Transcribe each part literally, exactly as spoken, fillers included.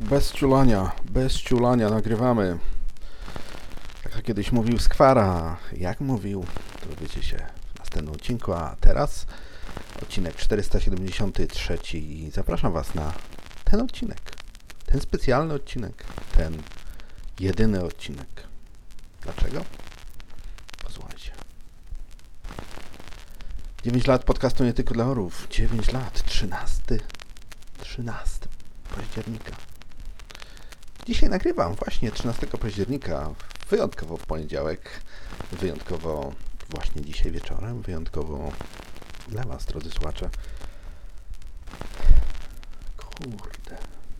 Bez ciulania, bez ciulania nagrywamy. Tak jak kiedyś mówił Skwara. Jak mówił, to dowiecie się w następnym odcinku. A teraz odcinek czterysta siedemdziesiąty trzeci i zapraszam Was na ten odcinek. Ten specjalny odcinek. Ten jedyny odcinek. Dlaczego? Posłuchajcie. dziewięć lat podcastu nie tylko dla orów. dziewięć lat. trzynasty. trzynasty października. Dzisiaj nagrywam właśnie trzynastego października, wyjątkowo w poniedziałek, wyjątkowo właśnie dzisiaj wieczorem, wyjątkowo dla Was, drodzy słuchacze. Kurde.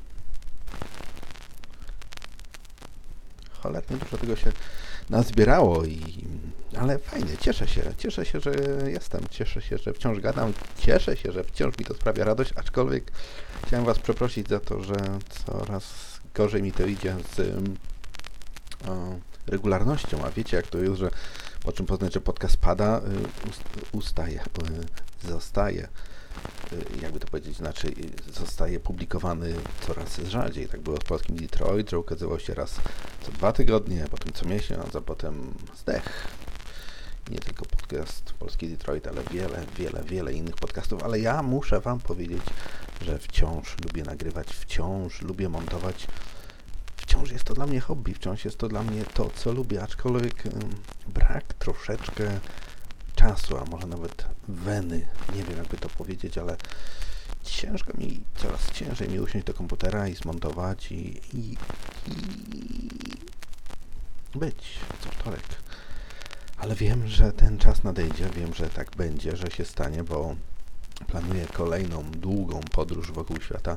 Cholernie dużo tego się nazbierało, i, ale fajnie, cieszę się, cieszę się, że jestem, cieszę się, że wciąż gadam, cieszę się, że wciąż mi to sprawia radość, aczkolwiek chciałem Was przeprosić za to, że coraz gorzej mi to idzie z o, regularnością, a wiecie jak to jest, że po czym poznać, że podcast pada, ustaje, zostaje, jakby to powiedzieć inaczej, zostaje publikowany coraz rzadziej. Tak było z polskim Detroit, że ukazywał się raz co dwa tygodnie, potem co miesiąc, a potem zdech. Nie tylko podcast polski Detroit, ale wiele, wiele, wiele innych podcastów, ale ja muszę Wam powiedzieć, że wciąż lubię nagrywać, wciąż lubię montować, wciąż jest to dla mnie hobby, wciąż jest to dla mnie to, co lubię, aczkolwiek brak troszeczkę czasu, a może nawet weny, nie wiem jakby to powiedzieć, ale ciężko mi, coraz ciężej mi usiąść do komputera i zmontować i, i, i być co wtorek. Ale wiem, że ten czas nadejdzie, wiem, że tak będzie, że się stanie, bo planuję kolejną długą podróż wokół świata.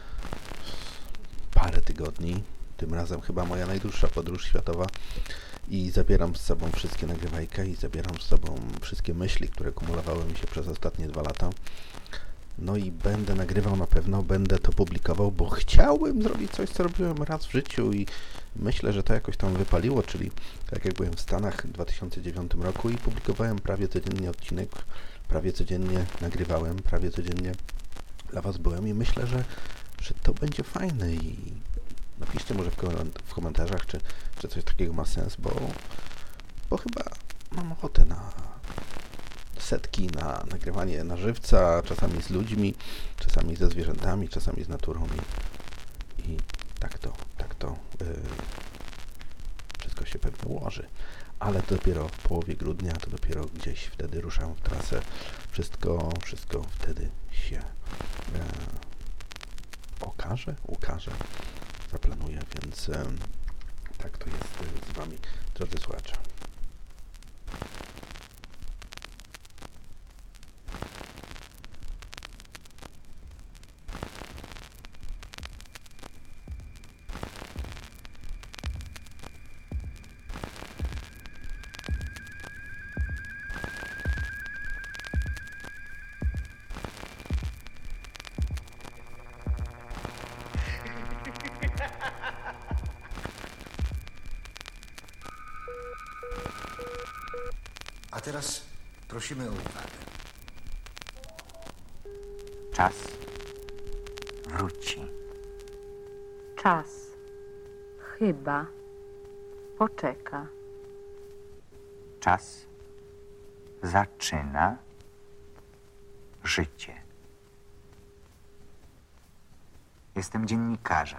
Parę tygodni, tym razem chyba moja najdłuższa podróż światowa. I zabieram z sobą wszystkie nagrywajki i zabieram z sobą wszystkie myśli, które kumulowały mi się przez ostatnie dwa lata. No i będę nagrywał na pewno, będę to publikował, bo chciałbym zrobić coś, co robiłem raz w życiu i myślę, że to jakoś tam wypaliło, czyli tak jak byłem w Stanach w dwa tysiące dziewiątym roku i publikowałem prawie codziennie odcinek, prawie codziennie nagrywałem, prawie codziennie dla Was byłem i myślę, że, że to będzie fajne i napiszcie może w, koment- w komentarzach, czy, czy coś takiego ma sens, bo, bo chyba mam ochotę na setki, na nagrywanie na żywca, czasami z ludźmi, czasami ze zwierzętami, czasami z naturą i, i tak to, tak to yy, wszystko się pewnie ułoży. Ale to dopiero w połowie grudnia, to dopiero gdzieś wtedy ruszam w trasę. Wszystko, wszystko wtedy się yy, okaże, ukaże. Zaplanuję, więc e, tak to jest z Wami, drodzy słuchacze. A teraz prosimy o uwagę. Czas wróci. Czas chyba poczeka. Czas zaczyna życie. Jestem dziennikarzem.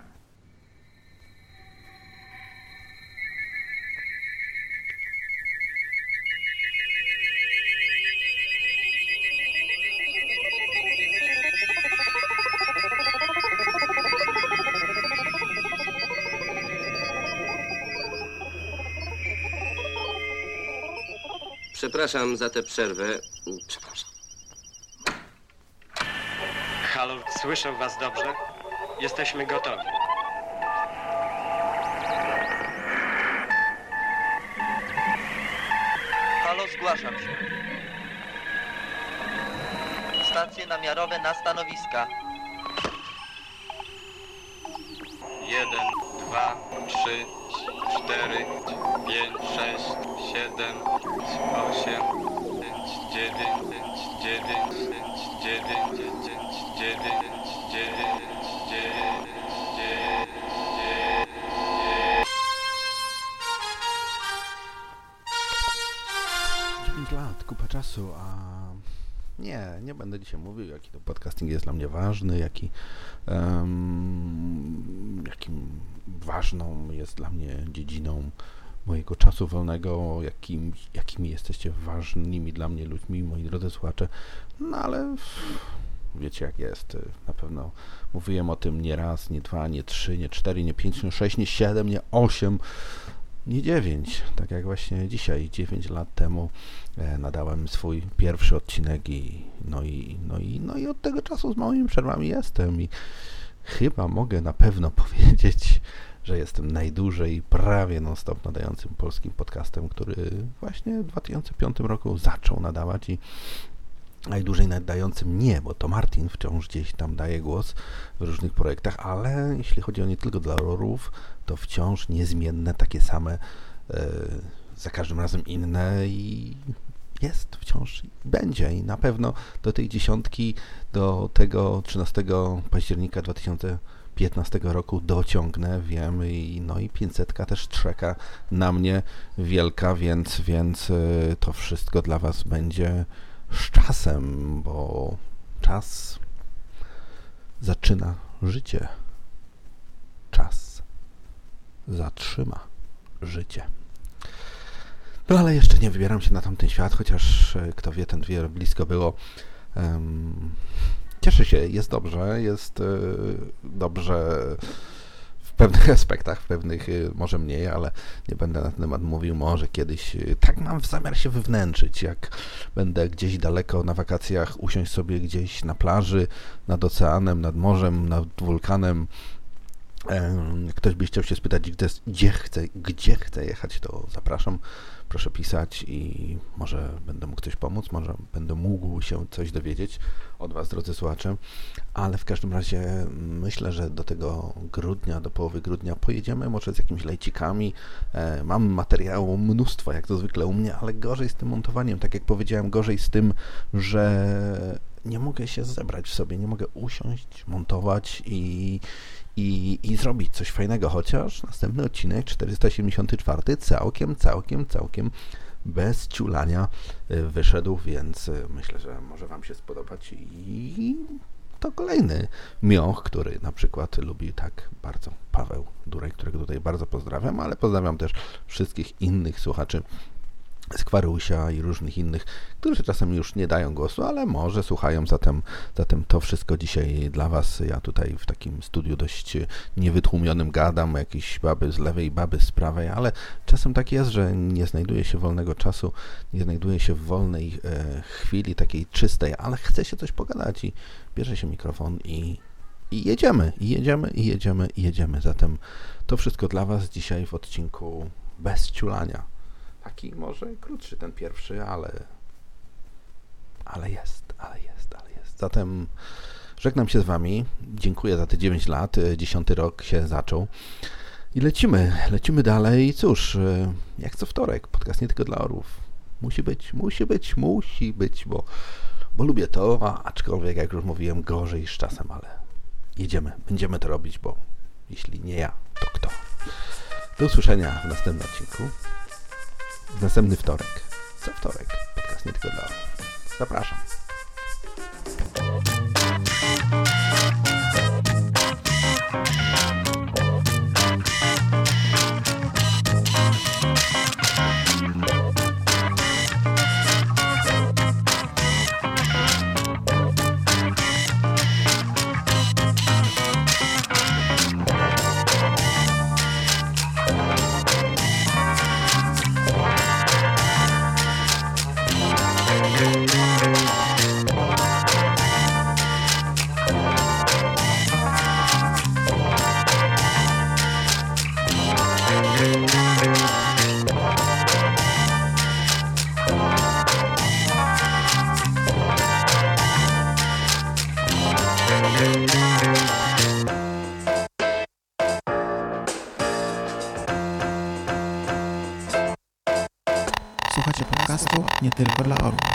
Przepraszam za tę przerwę. Przepraszam. Halo, słyszę was dobrze? Jesteśmy gotowi. Halo, zgłaszam się. Stacje namiarowe na stanowiska. Jeden, dwa, trzy, cztery, pięć, sześć, siedem, osiem, dziewięć, dziewięć, dziewięć, dziewięć, dziewięć, dziewięć, dziewięć, dziewięć, dziewięć, dziewięć. Nie, nie będę dzisiaj mówił, jaki to podcasting jest dla mnie ważny, jaki, um, jakim ważną jest dla mnie dziedziną mojego czasu wolnego, jakim, jakimi jesteście ważnymi dla mnie ludźmi, moi drodzy słuchacze. No ale wiecie jak jest. Na pewno mówiłem o tym nie raz, nie dwa, nie trzy, nie cztery, nie pięć, nie sześć, nie siedem, nie osiem, nie dziewięć. Tak jak właśnie dzisiaj, dziewięć lat temu e, nadałem swój pierwszy odcinek i no, i no i no i od tego czasu z małymi przerwami jestem i chyba mogę na pewno powiedzieć, że jestem najdłużej prawie non-stop nadającym polskim podcastem, który właśnie w dwa tysiące piątym roku zaczął nadawać i najdłużej nadającym nie, bo to Martin wciąż gdzieś tam daje głos w różnych projektach, ale jeśli chodzi o nie tylko dla horrorów, to wciąż niezmienne, takie same, e, za każdym razem inne i jest wciąż, będzie i na pewno do tej dziesiątki, do tego trzynastego października dwa tysiące piętnastego roku dociągnę, wiem, i no i pięćsetka też czeka na mnie wielka, więc, więc y, to wszystko dla was będzie z czasem, bo czas zaczyna życie. Czas zatrzyma życie. No ale jeszcze nie wybieram się na tamten świat, chociaż kto wie, ten wie, blisko było. Um, Cieszę się, jest dobrze, jest y, dobrze w pewnych aspektach, w pewnych y, może mniej, ale nie będę na ten temat mówił, może kiedyś y, tak mam w zamiar się wywnętrzyć, jak będę gdzieś daleko na wakacjach, usiąść sobie gdzieś na plaży, nad oceanem, nad morzem, nad wulkanem. Y, ktoś by chciał się spytać, gdzie, gdzie, chcę, gdzie chcę jechać, to zapraszam. Proszę pisać i może będę mógł coś pomóc, może będę mógł się coś dowiedzieć od was, drodzy słuchacze, ale w każdym razie myślę, że do tego grudnia, do połowy grudnia pojedziemy może z jakimiś lejcikami. E, mam materiału mnóstwo, jak to zwykle u mnie, ale gorzej z tym montowaniem, tak jak powiedziałem, gorzej z tym, że nie mogę się zebrać w sobie, nie mogę usiąść, montować i I, i zrobić coś fajnego, chociaż następny odcinek, czterysta siedemdziesiąty czwarty, całkiem, całkiem, całkiem bez ciulania wyszedł, więc myślę, że może wam się spodobać i to kolejny mioch, który na przykład lubi tak bardzo Paweł Durej, którego tutaj bardzo pozdrawiam, ale pozdrawiam też wszystkich innych słuchaczy z Kwarusia i różnych innych, którzy czasem już nie dają głosu, ale może słuchają, zatem, zatem to wszystko dzisiaj dla was. Ja tutaj w takim studiu dość niewytłumionym gadam, jakieś baby z lewej, baby z prawej, ale czasem tak jest, że nie znajduje się wolnego czasu, nie znajduje się w wolnej e, chwili takiej czystej, ale chce się coś pogadać i bierze się mikrofon i, i jedziemy, i jedziemy, i jedziemy, i jedziemy. Zatem to wszystko dla was dzisiaj w odcinku bez ciulania. Taki może krótszy ten pierwszy, ale ale jest, ale jest, ale jest. Zatem żegnam się z wami. Dziękuję za te dziewięć lat. Dziesiąty rok się zaczął. I lecimy, lecimy dalej. Cóż, jak co wtorek, podcast nie tylko dla orłów. Musi być, musi być, musi być, bo, bo lubię to, a aczkolwiek, jak już mówiłem, gorzej z czasem, ale jedziemy, będziemy to robić, bo jeśli nie ja, to kto? Do usłyszenia w następnym odcinku. W następny wtorek. Co wtorek? Podcast nie tylko dla orłów. Zapraszam. Słuchacie podcastu nie tylko dla orłów.